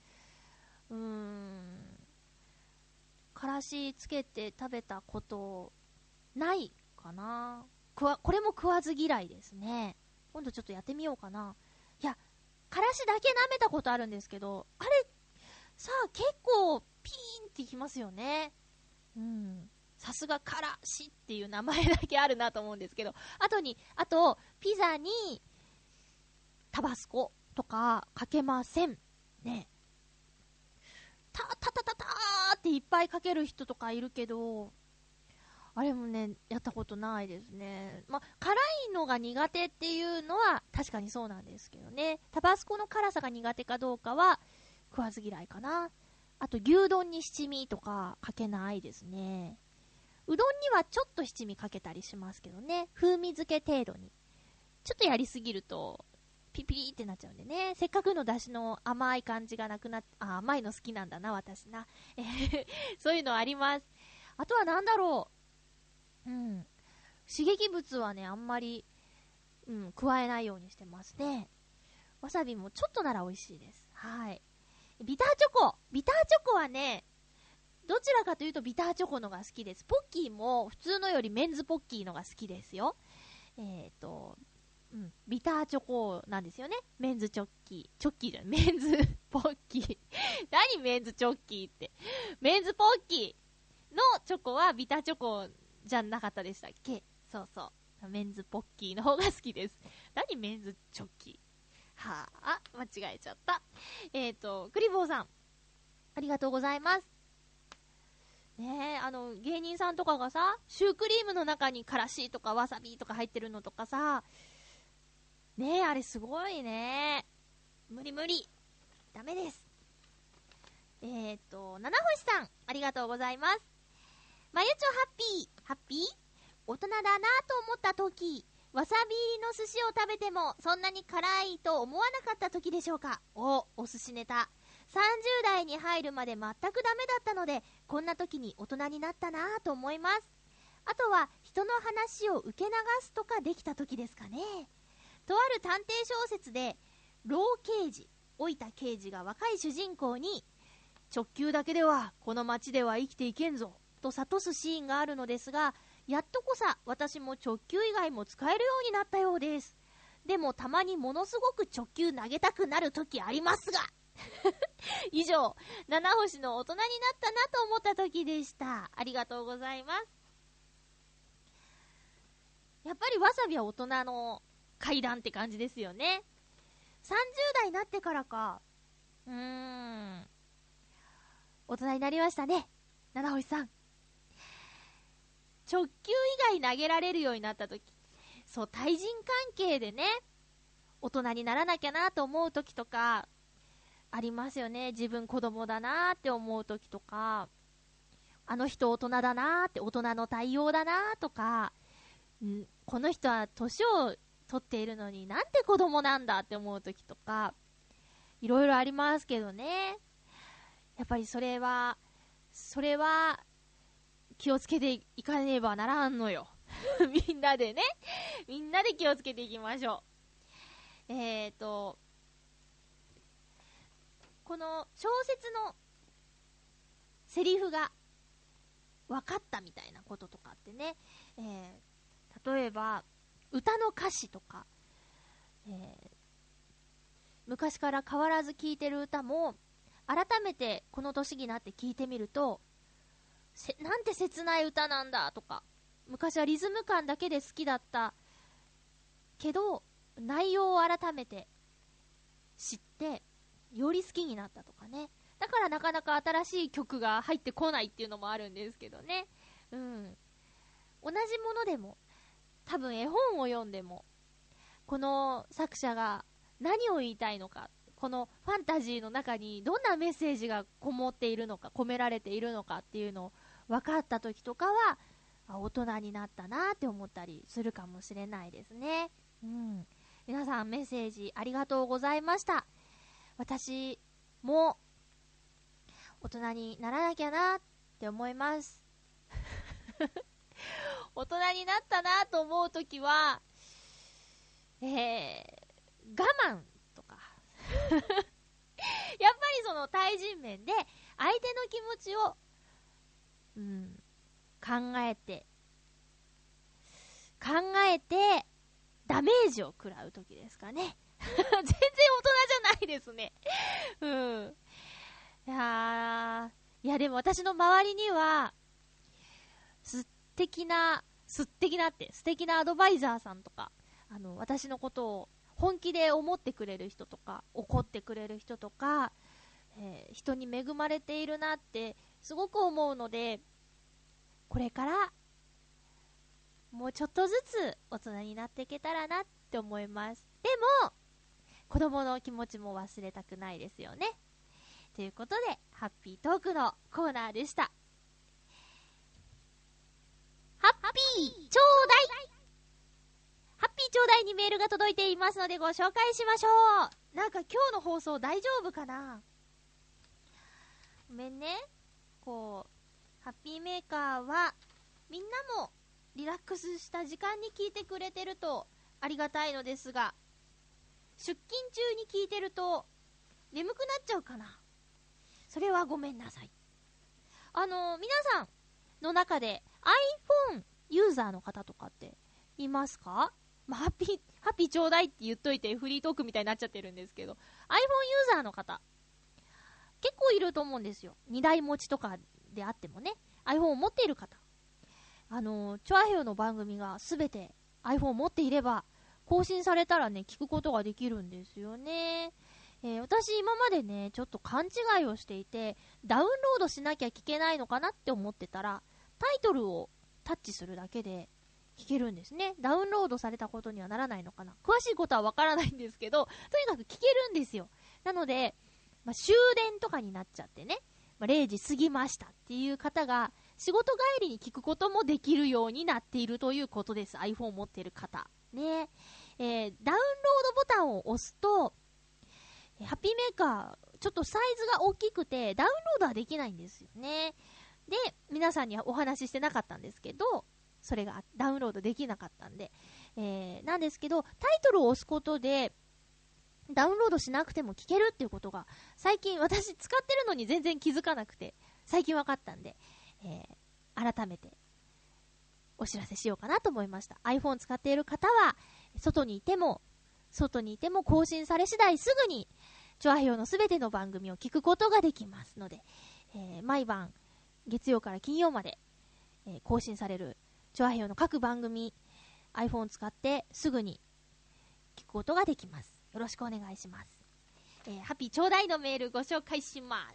Speaker 1: からしつけて食べたことないかな。これも食わず嫌いですね。今度ちょっとやってみようかな。いや、からしだけ舐めたことあるんですけど、あれさあ結構ピーンってきますよね。さすがからしっていう名前だけあるなと思うんですけど、あとピザにタバスコとかかけませんね。たーっていっぱいかける人とかいるけど、あれもねやったことないですね。辛いのが苦手っていうのは確かにそうなんですけどね、タバスコの辛さが苦手かどうかは食わず嫌いかな。あと牛丼に七味とかかけないですね。うどんにはちょっと七味かけたりしますけどね、風味付け程度に。ちょっとやりすぎるとピピーってなっちゃうんでね、せっかくの出汁の甘い感じがなくなって、甘いの好きなんだな私なそういうのあります。あとはなんだろう、刺激物はねあんまり、加えないようにしてますね。わさびもちょっとなら美味しいです。はい。ビターチョコはねどちらかというとビターチョコのが好きです。ポッキーも普通のよりメンズポッキーのが好きですよ。ビターチョコなんですよね。メンズチョッキー。チョッキーじゃない。メンズポッキー。何メンズチョッキーって。メンズポッキーのチョコはビターチョコじゃなかったでしたっけ？そうそう。メンズポッキーの方が好きです。何メンズチョッキー。はあ、間違えちゃった。クリボーさん。ありがとうございます。ねえ、芸人さんとかがさ、シュークリームの中にからしとかわさびとか入ってるのとかさ、ねえ、あれすごいね。無理無理。ダメです。七星さん、ありがとうございます。まゆちょハッピー。ハッピー？大人だなと思った時、わさび入りの寿司を食べてもそんなに辛いと思わなかった時でしょうか。お寿司ネタ。30代に入るまで全くダメだったので、こんな時に大人になったなぁと思います。あとは人の話を受け流すとかできた時ですかね。とある探偵小説で老刑事、老いた刑事が若い主人公に、直球だけではこの街では生きていけんぞと諭すシーンがあるのですが、やっとこさ私も直球以外も使えるようになったようです。でもたまにものすごく直球投げたくなる時ありますが以上、七星の大人になったなと思った時でした。ありがとうございます。やっぱりわさびは大人の階段って感じですよね。30代になってからか。大人になりましたね、七星さん。直球以外投げられるようになった時、そう、対人関係でね、大人にならなきゃなと思う時とかありますよね。自分子供だなって思う時とか、あの人大人だなって、大人の対応だなとか、この人は年を取っているのになんて子供なんだって思う時とか、いろいろありますけどね。やっぱりそれは気をつけていかねばならんのよみんなで気をつけていきましょう。この小説のセリフが分かったみたいなこととかってね、例えば歌の歌詞とか、昔から変わらず聴いてる歌も改めてこの年になって聴いてみると、なんて切ない歌なんだとか、昔はリズム感だけで好きだったけど内容を改めて知ってより好きになったとかね。だからなかなか新しい曲が入ってこないっていうのもあるんですけどね。同じものでも、多分絵本を読んでも、この作者が何を言いたいのか、このファンタジーの中にどんなメッセージがこもっているのか、込められているのかっていうのを分かった時とかは、大人になったなって思ったりするかもしれないですね。皆さんメッセージありがとうございました。私も大人にならなきゃなって思います大人になったなと思うときは、我慢とかやっぱりその対人面で相手の気持ちを、考えてダメージを食らうときですかね全然大人じゃないですねいやでも私の周りには素敵なアドバイザーさんとか、私のことを本気で思ってくれる人とか、怒ってくれる人とか、人に恵まれているなってすごく思うので、これからもうちょっとずつ大人になっていけたらなって思います。でも子供の気持ちも忘れたくないですよね。ということで、ハッピートークのコーナーでした。ハッピーちょうだい、ハッピーちょうだいにメールが届いていますのでご紹介しましょう。なんか今日の放送大丈夫かな。ごめんね。ハッピーメーカーはみんなもリラックスした時間に聞いてくれてるとありがたいのですが、出勤中に聞いてると眠くなっちゃうかな。それはごめんなさい。 皆さんの中で iPhone ユーザーの方とかっていますか？ハッピーちょうだいって言っといてフリートークみたいになっちゃってるんですけど、 iPhone ユーザーの方結構いると思うんですよ。2台持ちとかであってもね、 iPhone を持っている方、チョアヘヨの番組がすべて iPhone を持っていれば更新されたらね、聞くことができるんですよね。私今までね、ちょっと勘違いをしていて、ダウンロードしなきゃ聞けないのかなって思ってたら、タイトルをタッチするだけで聞けるんですね。ダウンロードされたことにはならないのかな、詳しいことはわからないんですけど、とにかく聞けるんですよ。なので、終電とかになっちゃってね、0時過ぎましたっていう方が仕事帰りに聞くこともできるようになっているということです。 iPhone を持っている方ね。ダウンロードボタンを押すと、ハッピーメーカーちょっとサイズが大きくてダウンロードはできないんですよね。で、皆さんにはお話ししてなかったんですけど、それがダウンロードできなかったんで、なんですけど、タイトルを押すことでダウンロードしなくても聞けるっていうことが最近、私使ってるのに全然気づかなくて最近分かったんで、改めてお知らせしようかなと思いました。 iPhone 使っている方は外にいても更新され次第すぐにチョアヘヨのすべての番組を聞くことができますので、毎晩月曜から金曜まで、更新されるチョアヘヨの各番組 iPhone 使ってすぐに聞くことができます。よろしくお願いします。ハッピーちょうだいのメールご紹介します。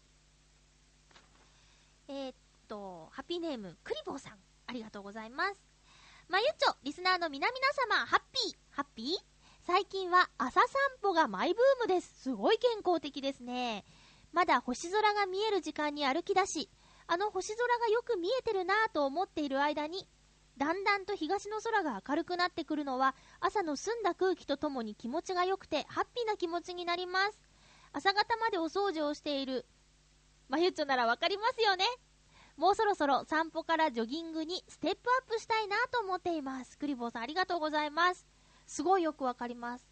Speaker 1: ハッピーネームクリボーさん、ありがとうございます。まゆっちょ、リスナーの皆々様、ハッピー最近は朝散歩がマイブームです。すごい健康的ですね。まだ星空が見える時間に歩き出し、星空がよく見えてるなぁと思っている間に、だんだんと東の空が明るくなってくるのは、朝の澄んだ空気とともに気持ちが良くてハッピーな気持ちになります。朝方までお掃除をしているまゆっちょならわかりますよね。もうそろそろ散歩からジョギングにステップアップしたいなと思っています。クリボーさん、ありがとうございます。すごいよくわかります。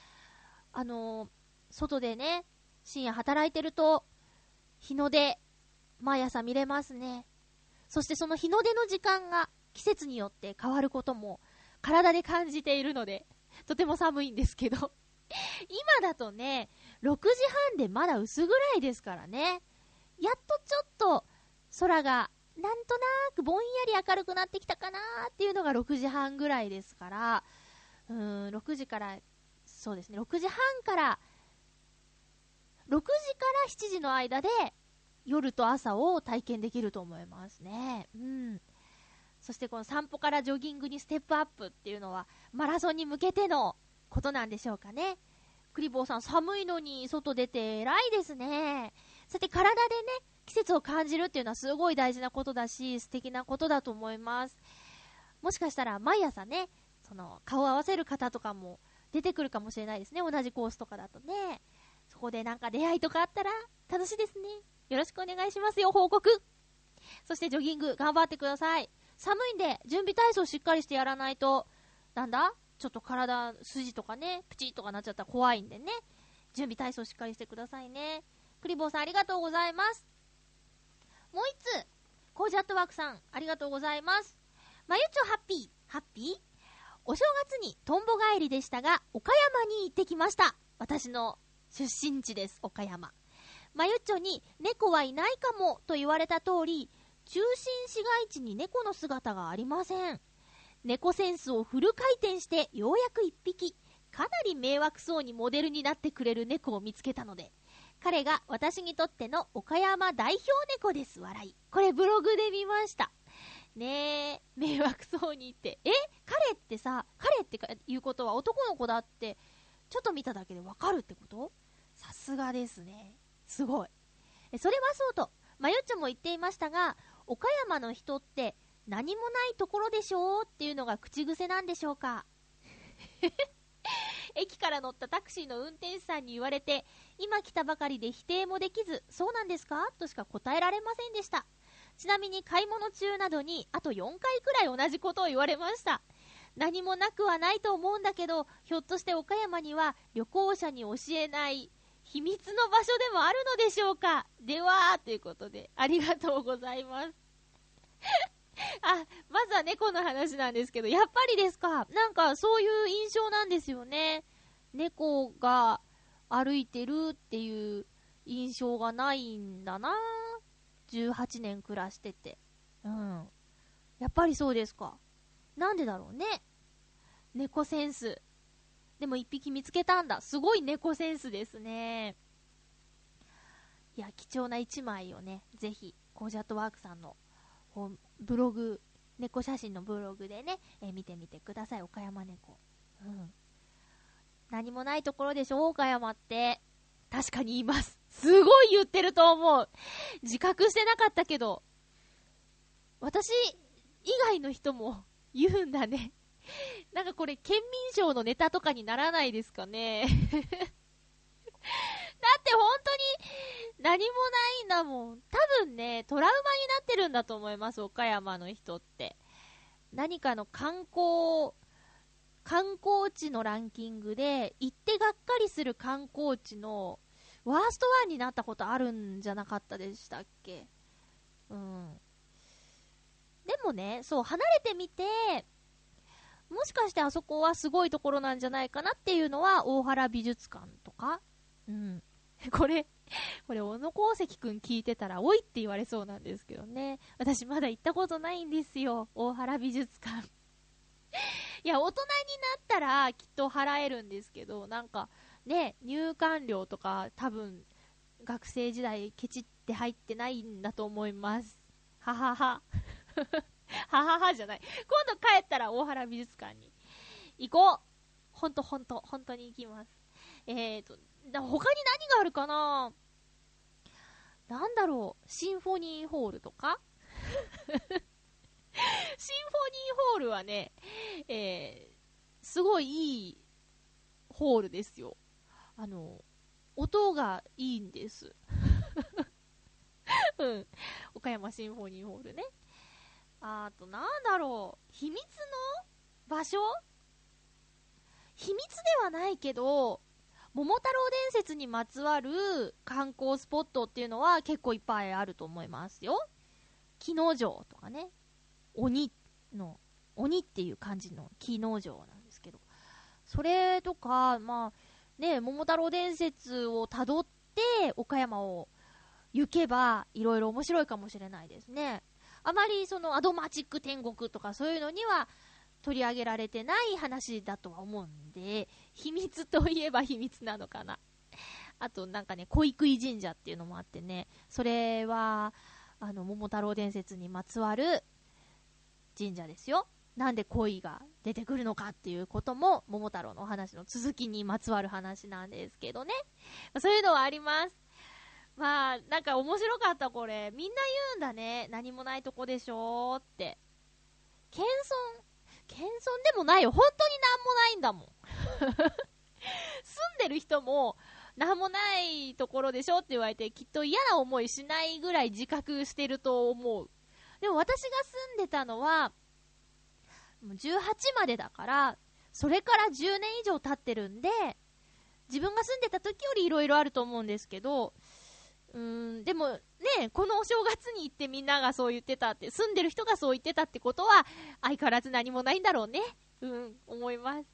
Speaker 1: 外でね、深夜働いてると日の出毎朝見れますね。そしてその日の出の時間が季節によって変わることも体で感じているので、とても寒いんですけど今だとね、6時半でまだ薄暗いですからね。やっとちょっと空がなんとなくぼんやり明るくなってきたかなっていうのが6時半ぐらいですから、6時からそうですね、6時半から6時から7時の間で夜と朝を体験できると思いますね。そしてこの散歩からジョギングにステップアップっていうのはマラソンに向けてのことなんでしょうかね。クリボーさん、寒いのに外出て偉いですね。さて、体でね、季節を感じるっていうのはすごい大事なことだし、素敵なことだと思います。もしかしたら毎朝ね、その顔を合わせる方とかも出てくるかもしれないですね。同じコースとかだとね。そこでなんか出会いとかあったら楽しいですね。よろしくお願いしますよ、報告。そしてジョギング頑張ってください。寒いんで準備体操しっかりしてやらないと、ちょっと体筋とかね、プチッとかなっちゃったら怖いんでね、準備体操しっかりしてくださいね。クリボーさん、ありがとうございます。もう一つ、コージアットワークさん、ありがとうございます。まゆちょハッピーお正月にトンボ帰りでしたが、岡山に行ってきました。私の出身地です、岡山。まゆっちょに猫はいないかもと言われた通り、中心市街地に猫の姿がありません。猫センスをフル回転してようやく一匹、かなり迷惑そうにモデルになってくれる猫を見つけたので、彼が私にとっての岡山代表猫です。笑い。これブログで見ましたねえ。迷惑そうに言って、彼っていうことは男の子だってちょっと見ただけでわかるってこと？さすがですね。すごい。それはそうとまゆっちょも言っていましたが、岡山の人って何もないところでしょうっていうのが口癖なんでしょうか。駅から乗ったタクシーの運転手さんに言われて、今来たばかりで否定もできず、そうなんですかとしか答えられませんでした。ちなみに買い物中などにあと4回くらい同じことを言われました。何もなくはないと思うんだけど、ひょっとして岡山には旅行者に教えない秘密の場所でもあるのでしょうか。では、ということで、ありがとうございます。まずは猫の話なんですけど、やっぱりですか。なんかそういう印象なんですよね。猫が歩いてるっていう印象がないんだな。18年暮らしてて。やっぱりそうですか。なんでだろうね。猫センス。でも一匹見つけたんだ。すごい猫センスですね。いや、貴重な一枚をね、ぜひ、コージャットワークさんのブログ、猫写真のブログでね、見てみてください。岡山猫。何もないところでしょ、岡山って。確かに言います。すごい言ってると思う。自覚してなかったけど、私以外の人も言うんだね。なんかこれ県民賞のネタとかにならないですかね。だって本当に何もないんだもん。多分ね、トラウマになってるんだと思います、岡山の人って。何かの観光地のランキングで行ってがっかりする観光地のワースト1になったことあるんじゃなかったでしたっけ。でもね、そう離れてみて、もしかしてあそこはすごいところなんじゃないかなっていうのは大原美術館とか。これ小野功石くん聞いてたらおいって言われそうなんですけどね。私まだ行ったことないんですよ、大原美術館。いや、大人になったらきっと払えるんですけど、なんかね、入館料とか多分学生時代ケチって入ってないんだと思います。ははは。はははじゃない。今度帰ったら大原美術館に行こう。本当に行きます。他に何があるかな。なんだろう、シンフォニーホールとか。シンフォニーホールはね、すごいいいホールですよ。音がいいんです。岡山シンフォニーホールね。あとなんだろう、秘密の場所？秘密ではないけど、桃太郎伝説にまつわる観光スポットっていうのは結構いっぱいあると思いますよ。木之丞とかね、鬼っていう感じの木之丞なんですけど、それとか、まあね、桃太郎伝説をたどって岡山を行けばいろいろ面白いかもしれないですね。あまりそのアドマチック天国とかそういうのには取り上げられてない話だとは思うんで、秘密といえば秘密なのかな。あとなんかね、小井神社っていうのもあってね、それは桃太郎伝説にまつわる神社ですよ。なんで恋が出てくるのかっていうことも桃太郎のお話の続きにまつわる話なんですけどね。そういうのはあります。まあなんか面白かった。これみんな言うんだね。何もないとこでしょーって。謙遜でもないよ。本当になんもないんだもん。住んでる人もなんもないところでしょって言われて、きっと嫌な思いしないぐらい自覚してると思う。でも私が住んでたのは18までだから、それから10年以上経ってるんで、自分が住んでた時よりいろいろあると思うんですけど、でもね、このお正月に行ってみんながそう言ってたって、住んでる人がそう言ってたってことは相変わらず何もないんだろうね。思います。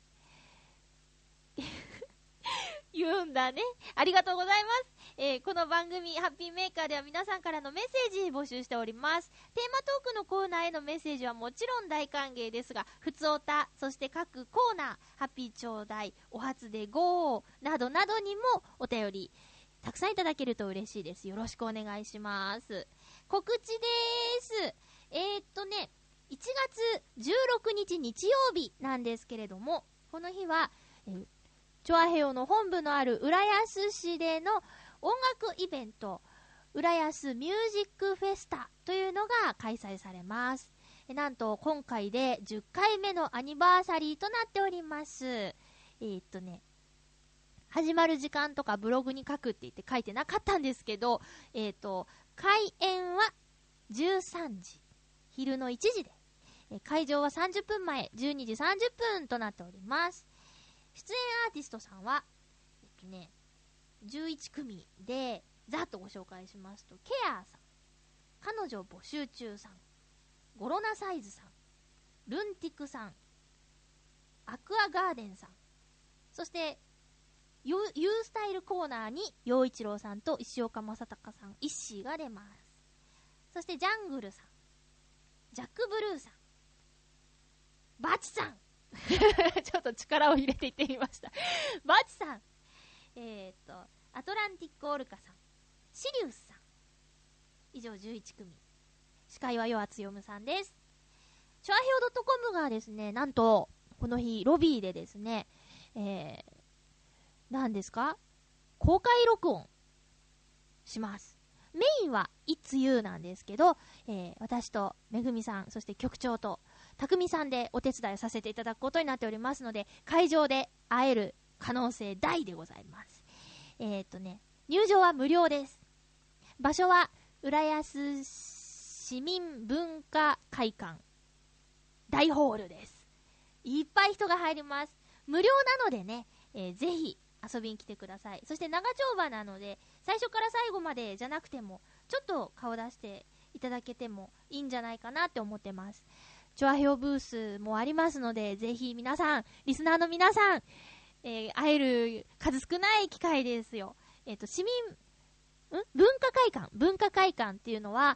Speaker 1: 言うんだね。ありがとうございます。この番組ハッピーメーカーでは皆さんからのメッセージ募集しております。テーマトークのコーナーへのメッセージはもちろん大歓迎ですが、ふつおた、そして各コーナー、ハッピーちょうだい、お初でゴーなどなどにもお便りたくさんいただけると嬉しいです。よろしくお願いします。告知でーす。1月16日日曜日なんですけれども、この日はチョアヘヨの本部のある浦安市での音楽イベント、浦安ミュージックフェスタというのが開催されます。なんと今回で10回目のアニバーサリーとなっております。始まる時間とかブログに書くって言って書いてなかったんですけど、開演は13時、昼の1時で、会場は30分前、12時30分となっております。出演アーティストさんは、 11組でざっとご紹介しますと、ケアーさん、彼女募集中さん、ゴロナサイズさん、ルンティクさん、アクアガーデンさん、そしてユースタイルコーナーに陽一郎さんと石岡正隆さん、イッシーが出ます。そしてジャングルさん、ジャックブルーさん、バチさんちょっと力を入れていってみましたバチさん、アトランティックオルカさん、シリウスさん、以上11組。司会はヨアツヨムさんです。チョアヘオ .com がですね、なんとこの日ロビーでですね、何ですか、公開録音します。メインは It's You なんですけど、私とめぐみさん、そして局長とたくみさんでお手伝いさせていただくことになっておりますので、会場で会える可能性大でございます。入場は無料です。場所は浦安市民文化会館大ホールです。いっぱい人が入ります。無料なのでね、ぜひ遊びに来てください。そして長丁場なので、最初から最後までじゃなくても、ちょっと顔出していただけてもいいんじゃないかなって思ってます。チョアヘオブースもありますので、ぜひ皆さん、リスナーの皆さん、会える数少ない機会ですよ。文化会館っていうのは、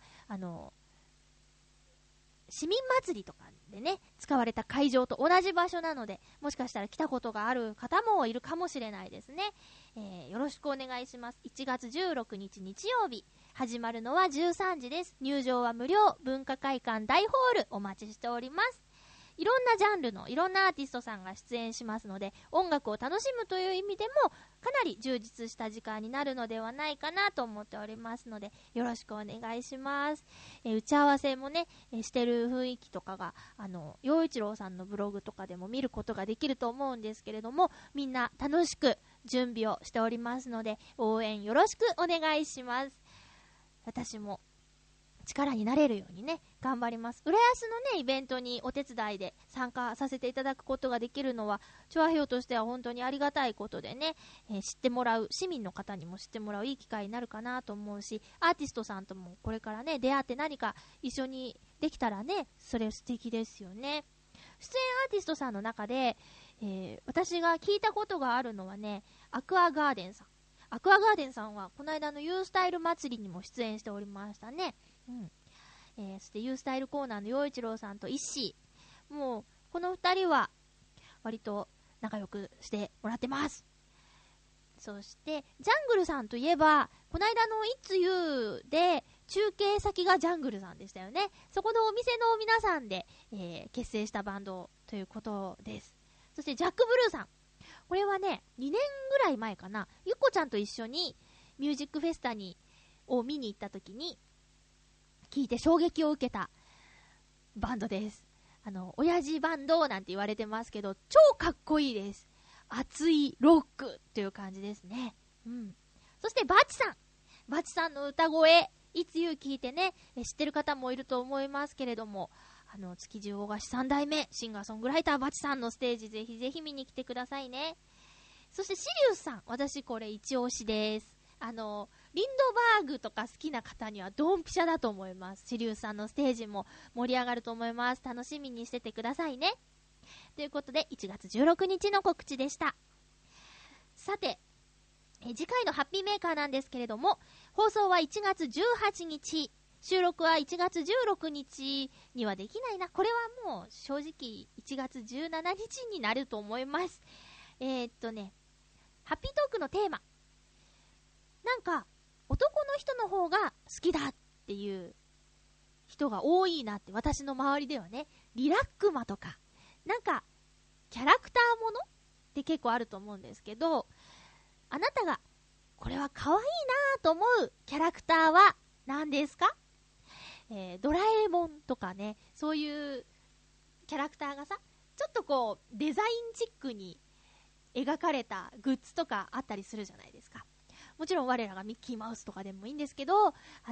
Speaker 1: 市民祭りとかでね、使われた会場と同じ場所なので、もしかしたら来たことがある方もいるかもしれないですね。よろしくお願いします。1月16日日曜日、始まるのは13時です。入場は無料、文化会館大ホールお待ちしております。いろんなジャンルのいろんなアーティストさんが出演しますので、音楽を楽しむという意味でもかなり充実した時間になるのではないかなと思っておりますので、よろしくお願いします。打ち合わせもね、してる雰囲気とかが陽一郎さんのブログとかでも見ることができると思うんですけれども、みんな楽しく準備をしておりますので、応援よろしくお願いします。私も力になれるようにね、頑張ります。浦安のね、イベントにお手伝いで参加させていただくことができるのは、チョアヘオとしては本当にありがたいことでね、知ってもらう、市民の方にも知ってもらういい機会になるかなと思うし、アーティストさんともこれからね、出会って何か一緒にできたらね、それ素敵ですよね。出演アーティストさんの中で、私が聞いたことがあるのはね、アクアガーデンさん。アクアガーデンさんはこの間のユースタイル祭りにも出演しておりましたね。そしてユースタイルコーナーの陽一郎さんとイッシー、もうこの2人は割と仲良くしてもらってます。そしてジャングルさんといえば、この間の It's You で中継先がジャングルさんでしたよね。そこのお店の皆さんで、結成したバンドということです。そしてジャックブルーさん、これはね、2年ぐらい前かな、ゆっこちゃんと一緒にミュージックフェスタを見に行った時に聞いて衝撃を受けたバンドです。親父バンドなんて言われてますけど、超かっこいいです。熱いロックっていう感じですね。そしてバチさんの歌声、いつゆ聞いてね、知ってる方もいると思いますけれども、築地大菓子3代目シンガーソングライターバチさんのステージ、ぜひぜひ見に来てくださいね。そしてシリウスさん、私これ一押しです。リンドバーグとか好きな方にはドンピシャだと思います。シリウスさんのステージも盛り上がると思います。楽しみにしててくださいね。ということで、1月16日の告知でした。さて、次回のハッピーメーカーなんですけれども、放送は1月18日、収録は1月16日にはできないな。これはもう正直1月17日になると思います。ハッピートークのテーマ、なんか男の人の方が好きだっていう人が多いなって、私の周りではね。リラックマとかなんかキャラクターものって結構あると思うんですけど、あなたがこれは可愛いなと思うキャラクターは何ですか？ドラえもんとかね、そういうキャラクターがさ、ちょっとこうデザインチックに描かれたグッズとかあったりするじゃないですか。もちろん我らがミッキーマウスとかでもいいんですけど、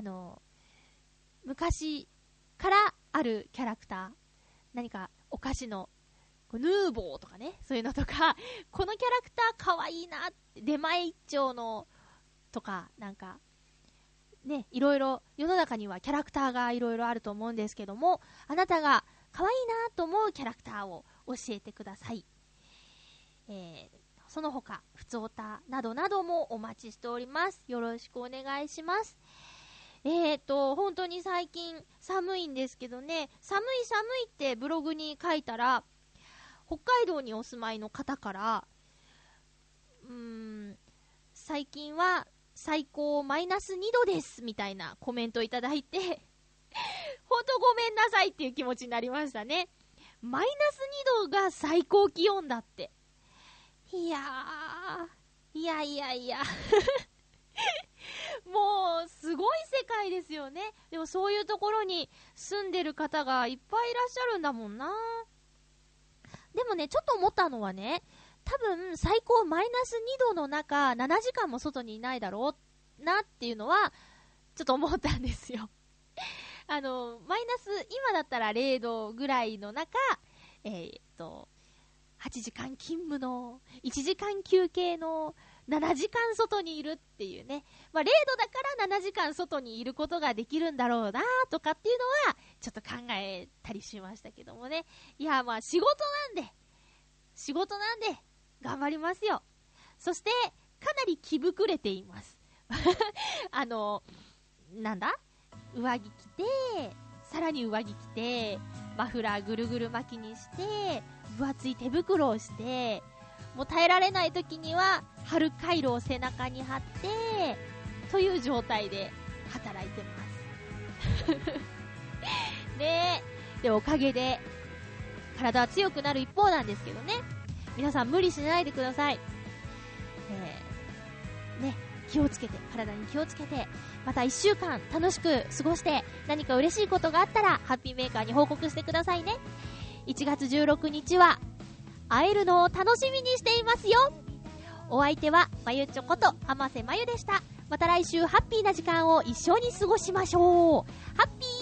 Speaker 1: 昔からあるキャラクター、何かお菓子のヌーボーとかね、そういうのとか、このキャラクターかわいいなって、出前一丁のとか、なんか、ね、いろいろ、世の中にはキャラクターがいろいろあると思うんですけども、あなたが可愛いなと思うキャラクターを教えてください。その他、ふつおたなどなどもお待ちしております。よろしくお願いします。本当に最近寒いんですけどね、寒いってブログに書いたら、北海道にお住まいの方から、最近は最高マイナス2度ですみたいなコメントいただいて本当ごめんなさいっていう気持ちになりましたね。マイナス2度が最高気温だって。いやもうすごい世界ですよね。でもそういうところに住んでる方がいっぱいいらっしゃるんだもんな。でもね、ちょっと思ったのはね、多分最高マイナス2度の中7時間も外にいないだろうなっていうのはちょっと思ったんですよ。マイナス今だったら0度ぐらいの中、8時間勤務の1時間休憩の7時間外にいるっていうね、0度だから7時間外にいることができるんだろうなとかっていうのはちょっと考えたりしましたけどもね。いや、仕事なんで頑張りますよ。そしてかなり気膨れていますなんだ、上着着て、さらに上着着て、マフラーぐるぐる巻きにして、分厚い手袋をして、もう耐えられない時には春カイロを背中に貼ってという状態で働いてますねえ。で、おかげで体は強くなる一方なんですけどね。皆さん無理しないでください。ね、気をつけて、体に気をつけて、また1週間楽しく過ごして、何か嬉しいことがあったらハッピーメーカーに報告してくださいね。1月16日は会えるのを楽しみにしていますよ。お相手はまゆちょこと浜瀬まゆでした。また来週ハッピーな時間を一緒に過ごしましょう。ハッピー